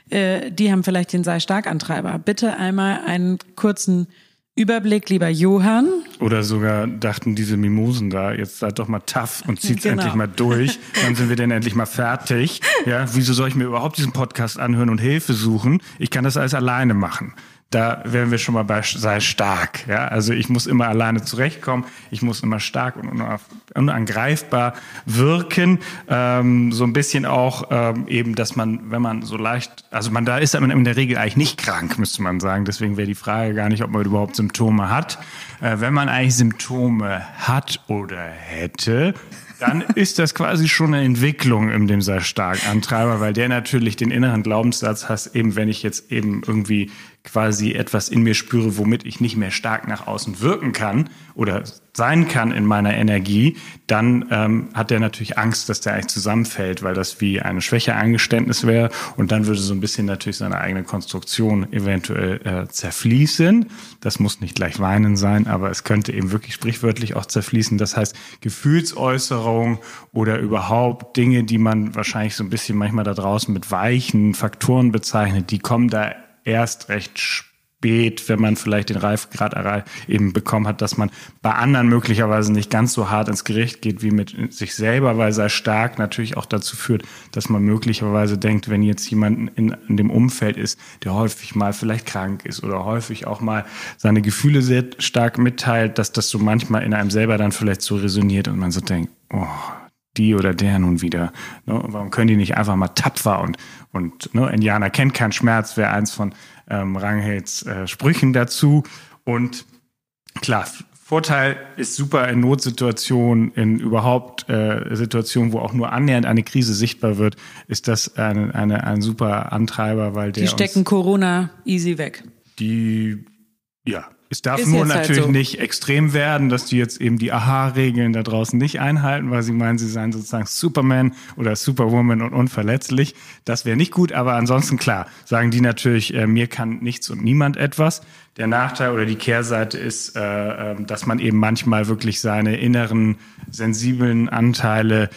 die haben vielleicht den Sei-Stark-Antreiber. Bitte einmal einen kurzen Überblick, lieber Johann. Oder sogar dachten diese Mimosen da, jetzt seid doch mal tough und zieht's Genau. endlich mal durch. Dann sind wir denn endlich mal fertig. Ja, wieso soll ich mir überhaupt diesen Podcast anhören und Hilfe suchen? Ich kann das alles alleine machen. Da wären wir schon mal bei sei stark. Ja, also ich muss immer alleine zurechtkommen. Ich muss immer stark und unangreifbar wirken. Ähm, so ein bisschen auch ähm, eben, dass man, wenn man so leicht, also man da ist man in der Regel eigentlich nicht krank, müsste man sagen. Deswegen wäre die Frage gar nicht, ob man überhaupt Symptome hat. Äh, wenn man eigentlich Symptome hat oder hätte, dann ist das quasi schon eine Entwicklung in dem sei stark Antreiber, weil der natürlich den inneren Glaubenssatz hat, eben wenn ich jetzt eben irgendwie quasi etwas in mir spüre, womit ich nicht mehr stark nach außen wirken kann oder sein kann in meiner Energie, dann ähm, hat der natürlich Angst, dass der eigentlich zusammenfällt, weil das wie eine Schwäche-Eingeständnis wäre und dann würde so ein bisschen natürlich seine eigene Konstruktion eventuell äh, zerfließen. Das muss nicht gleich weinen sein, aber es könnte eben wirklich sprichwörtlich auch zerfließen. Das heißt, Gefühlsäußerung oder überhaupt Dinge, die man wahrscheinlich so ein bisschen manchmal da draußen mit weichen Faktoren bezeichnet, die kommen da erst recht spät, wenn man vielleicht den Reifegrad eben bekommen hat, dass man bei anderen möglicherweise nicht ganz so hart ins Gericht geht wie mit sich selber, weil sei stark natürlich auch dazu führt, dass man möglicherweise denkt, wenn jetzt jemand in, in dem Umfeld ist, der häufig mal vielleicht krank ist oder häufig auch mal seine Gefühle sehr stark mitteilt, dass das so manchmal in einem selber dann vielleicht so resoniert und man so denkt, oh, die oder der nun wieder. Ne? Warum können die nicht einfach mal tapfer und, und ne? Indianer kennt keinen Schmerz, wäre eins von ähm, Ranghelds äh, Sprüchen dazu. Und klar, Vorteil ist super in Notsituationen, in überhaupt äh, Situationen, wo auch nur annähernd eine Krise sichtbar wird, ist das eine, eine, ein super Antreiber, weil der Die stecken uns, Corona easy weg. Die, ja. Es darf Ist nur jetzt halt natürlich so. nicht extrem werden, dass die jetzt eben die Aha-Regeln da draußen nicht einhalten, weil sie meinen, sie seien sozusagen Superman oder Superwoman und unverletzlich. Das wäre nicht gut, aber ansonsten klar, sagen die natürlich, äh, mir kann nichts und niemand etwas. Der Nachteil oder die Kehrseite ist, äh, äh, dass man eben manchmal wirklich seine inneren, sensiblen Anteile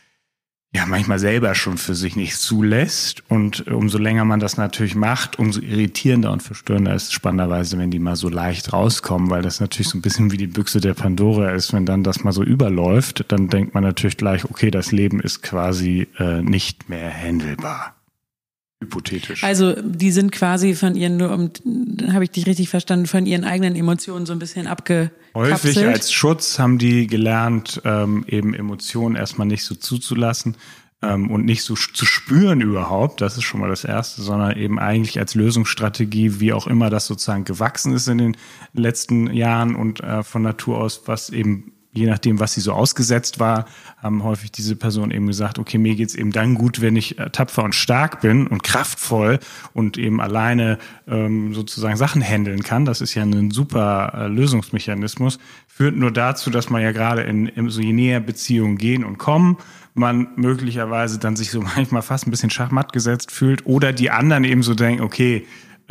ja manchmal selber schon für sich nicht zulässt. Und umso länger man das natürlich macht, umso irritierender und verstörender ist es spannenderweise, wenn die mal so leicht rauskommen, weil das natürlich so ein bisschen wie die Büchse der Pandora ist. Wenn dann das mal so überläuft, dann denkt man natürlich gleich, okay, das Leben ist quasi äh, nicht mehr handelbar. Hypothetisch. Also die sind quasi von ihren, nur um, habe ich dich richtig verstanden, von ihren eigenen Emotionen so ein bisschen abgekapselt. Häufig als Schutz haben die gelernt, ähm, eben Emotionen erstmal nicht so zuzulassen ähm, und nicht so zu spüren überhaupt. Das ist schon mal das Erste, sondern eben eigentlich als Lösungsstrategie, wie auch immer das sozusagen gewachsen ist in den letzten Jahren und äh, von Natur aus, was eben je nachdem, was sie so ausgesetzt war, haben häufig diese Personen eben gesagt, okay, mir geht's eben dann gut, wenn ich tapfer und stark bin und kraftvoll und eben alleine ähm, sozusagen Sachen handeln kann. Das ist ja ein super äh, Lösungsmechanismus. Führt nur dazu, dass man ja gerade in, in so je näher Beziehungen gehen und kommen, man möglicherweise dann sich so manchmal fast ein bisschen schachmatt gesetzt fühlt oder die anderen eben so denken, okay,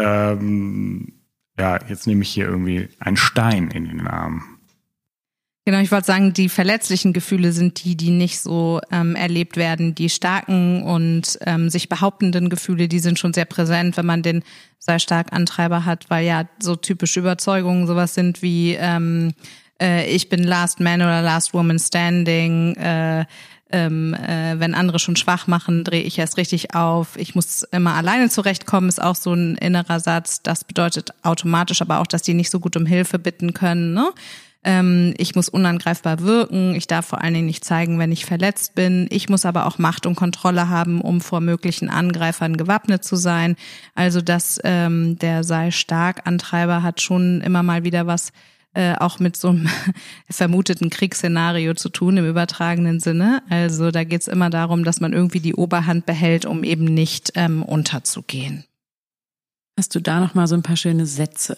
ähm, ja, jetzt nehme ich hier irgendwie einen Stein in den Arm. Genau, ich wollte sagen, die verletzlichen Gefühle sind die, die nicht so ähm, erlebt werden. Die starken und ähm, sich behauptenden Gefühle, die sind schon sehr präsent, wenn man den sei stark Antreiber hat, weil ja so typische Überzeugungen sowas sind wie ähm, äh, ich bin Last Man oder Last Woman Standing, äh, Ähm, äh, wenn andere schon schwach machen, drehe ich erst richtig auf. Ich muss immer alleine zurechtkommen, ist auch so ein innerer Satz. Das bedeutet automatisch aber auch, dass die nicht so gut um Hilfe bitten können, ne? Ähm, ich muss unangreifbar wirken. Ich darf vor allen Dingen nicht zeigen, wenn ich verletzt bin. Ich muss aber auch Macht und Kontrolle haben, um vor möglichen Angreifern gewappnet zu sein. Also dass ähm, der sei stark Antreiber hat schon immer mal wieder was Äh, auch mit so einem vermuteten Kriegsszenario zu tun im übertragenen Sinne. Also da geht's immer darum, dass man irgendwie die Oberhand behält, um eben nicht ähm, unterzugehen. Hast du da noch mal so ein paar schöne Sätze?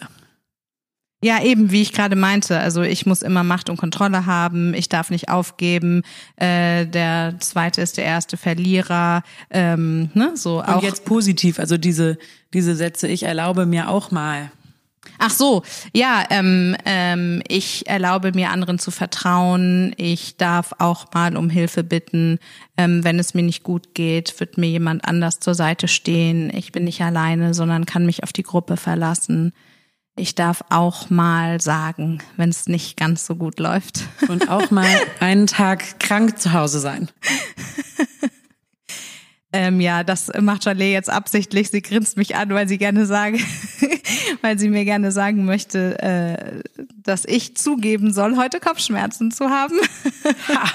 Ja, eben, wie ich gerade meinte. Also ich muss immer Macht und Kontrolle haben. Ich darf nicht aufgeben. Äh, der Zweite ist der erste Verlierer. Ähm, ne, so auch. Und jetzt positiv, also diese diese Sätze. Ich erlaube mir auch mal. Ach so, ja, ähm, ähm, ich erlaube mir, anderen zu vertrauen. Ich darf auch mal um Hilfe bitten. Ähm, wenn es mir nicht gut geht, wird mir jemand anders zur Seite stehen. Ich bin nicht alleine, sondern kann mich auf die Gruppe verlassen. Ich darf auch mal sagen, wenn es nicht ganz so gut läuft. Und auch mal einen Tag krank zu Hause sein. Ähm, ja, das macht Jaleh jetzt absichtlich. Sie grinst mich an, weil sie gerne sagen, weil sie mir gerne sagen möchte, äh, dass ich zugeben soll, heute Kopfschmerzen zu haben. Ha.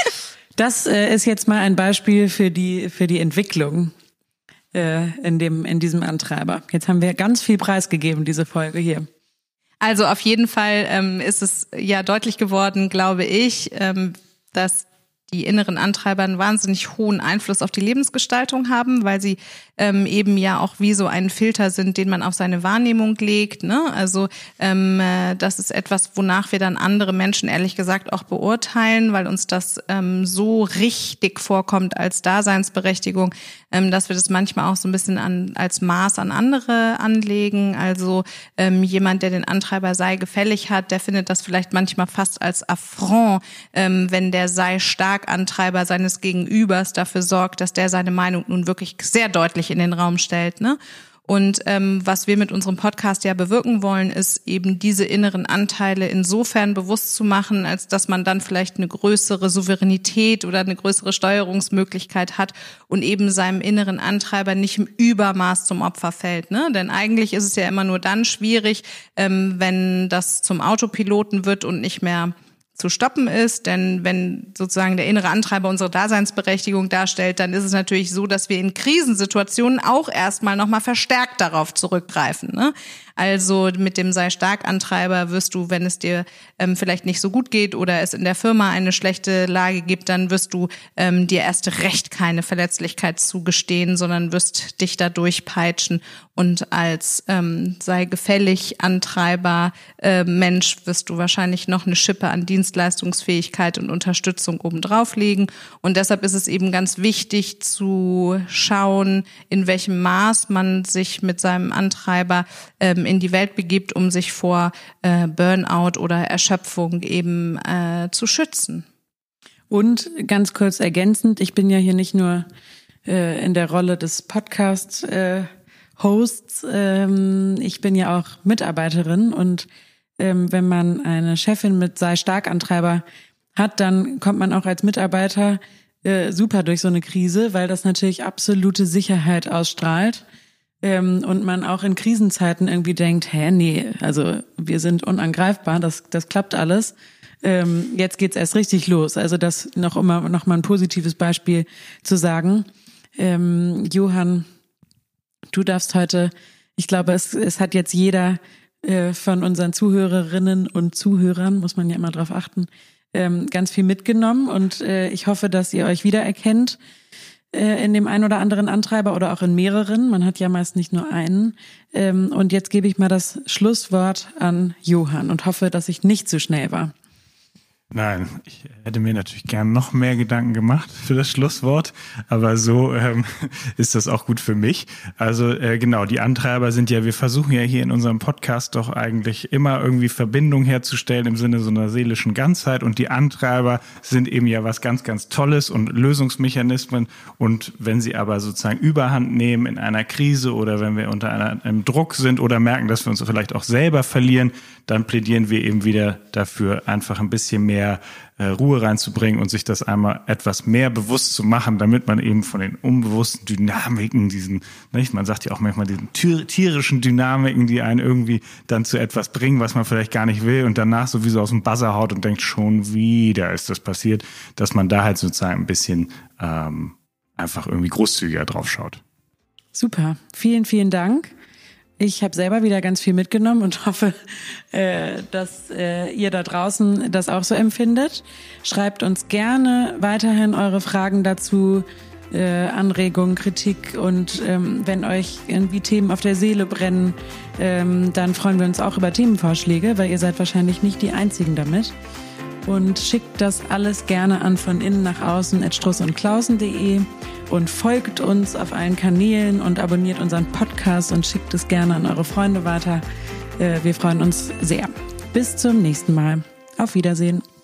Das äh, ist jetzt mal ein Beispiel für die für die Entwicklung äh, in dem in diesem Antreiber. Jetzt haben wir ganz viel preisgegeben, diese Folge hier. Also auf jeden Fall ähm, ist es ja deutlich geworden, glaube ich, ähm, dass die inneren Antreiber einen wahnsinnig hohen Einfluss auf die Lebensgestaltung haben, weil sie ähm, eben ja auch wie so ein Filter sind, den man auf seine Wahrnehmung legt, ne? Also ähm, äh, das ist etwas, wonach wir dann andere Menschen ehrlich gesagt auch beurteilen, weil uns das ähm, so richtig vorkommt als Daseinsberechtigung, ähm, dass wir das manchmal auch so ein bisschen an, als Maß an andere anlegen. Also ähm, jemand, der den Antreiber sei gefällig hat, der findet das vielleicht manchmal fast als Affront, ähm, wenn der sei stark Antreiber seines Gegenübers dafür sorgt, dass der seine Meinung nun wirklich sehr deutlich in den Raum stellt, ne? Und ähm, was wir mit unserem Podcast ja bewirken wollen, ist eben diese inneren Anteile insofern bewusst zu machen, als dass man dann vielleicht eine größere Souveränität oder eine größere Steuerungsmöglichkeit hat und eben seinem inneren Antreiber nicht im Übermaß zum Opfer fällt, ne? Denn eigentlich ist es ja immer nur dann schwierig, ähm, wenn das zum Autopiloten wird und nicht mehr zu stoppen ist, denn wenn sozusagen der innere Antreiber unsere Daseinsberechtigung darstellt, dann ist es natürlich so, dass wir in Krisensituationen auch erstmal nochmal verstärkt darauf zurückgreifen, ne? Also mit dem sei stark Antreiber wirst du, wenn es dir ähm, vielleicht nicht so gut geht oder es in der Firma eine schlechte Lage gibt, dann wirst du ähm, dir erst recht keine Verletzlichkeit zugestehen, sondern wirst dich da durchpeitschen und als ähm, sei gefällig Antreiber äh, Mensch wirst du wahrscheinlich noch eine Schippe an Dienstleistungsfähigkeit und Unterstützung obendrauf legen. Und deshalb ist es eben ganz wichtig zu schauen, in welchem Maß man sich mit seinem Antreiber ähm, in die Welt begibt, um sich vor äh, Burnout oder Erschöpfung eben äh, zu schützen. Und ganz kurz ergänzend, ich bin ja hier nicht nur äh, in der Rolle des Podcast äh, Hosts, ähm, ich bin ja auch Mitarbeiterin und ähm, wenn man eine Chefin mit sei stark Antreiber hat, dann kommt man auch als Mitarbeiter äh, super durch so eine Krise, weil das natürlich absolute Sicherheit ausstrahlt. Ähm, und man auch in Krisenzeiten irgendwie denkt, hä, nee, also wir sind unangreifbar, das das klappt alles. Ähm, jetzt geht's erst richtig los. Also das noch immer noch mal ein positives Beispiel zu sagen. Ähm, Johann, du darfst heute, ich glaube, es es hat jetzt jeder äh, von unseren Zuhörerinnen und Zuhörern, muss man ja immer drauf achten, ähm, ganz viel mitgenommen und äh, ich hoffe, dass ihr euch wiedererkennt äh, in dem einen oder anderen Antreiber oder auch in mehreren. Man hat ja meist nicht nur einen. Ähm, und jetzt gebe ich mal das Schlusswort an Johann und hoffe, dass ich nicht zu schnell war. Nein, ich hätte mir natürlich gern noch mehr Gedanken gemacht für das Schlusswort, aber so ähm, ist das auch gut für mich. Also äh, genau, die Antreiber sind ja, wir versuchen ja hier in unserem Podcast doch eigentlich immer irgendwie Verbindung herzustellen im Sinne so einer seelischen Ganzheit und die Antreiber sind eben ja was ganz, ganz Tolles und Lösungsmechanismen und wenn sie aber sozusagen Überhand nehmen in einer Krise oder wenn wir unter einer, einem Druck sind oder merken, dass wir uns vielleicht auch selber verlieren, dann plädieren wir eben wieder dafür, einfach ein bisschen mehr äh, Ruhe reinzubringen und sich das einmal etwas mehr bewusst zu machen, damit man eben von den unbewussten Dynamiken, diesen, nicht, man sagt ja auch manchmal diesen tierischen Dynamiken, die einen irgendwie dann zu etwas bringen, was man vielleicht gar nicht will und danach sowieso aus dem Buzzer haut und denkt, schon wieder ist das passiert, dass man da halt sozusagen ein bisschen ähm, einfach irgendwie großzügiger drauf schaut. Super, vielen, vielen Dank. Ich habe selber wieder ganz viel mitgenommen und hoffe, äh, dass äh, ihr da draußen das auch so empfindet. Schreibt uns gerne weiterhin eure Fragen dazu, äh, Anregungen, Kritik und ähm, wenn euch irgendwie Themen auf der Seele brennen, ähm, dann freuen wir uns auch über Themenvorschläge, weil ihr seid wahrscheinlich nicht die Einzigen damit. Und schickt das alles gerne an von innen nach außen at struss und klausen punkt de und folgt uns auf allen Kanälen und abonniert unseren Podcast und schickt es gerne an eure Freunde weiter. Wir freuen uns sehr. Bis zum nächsten Mal. Auf Wiedersehen.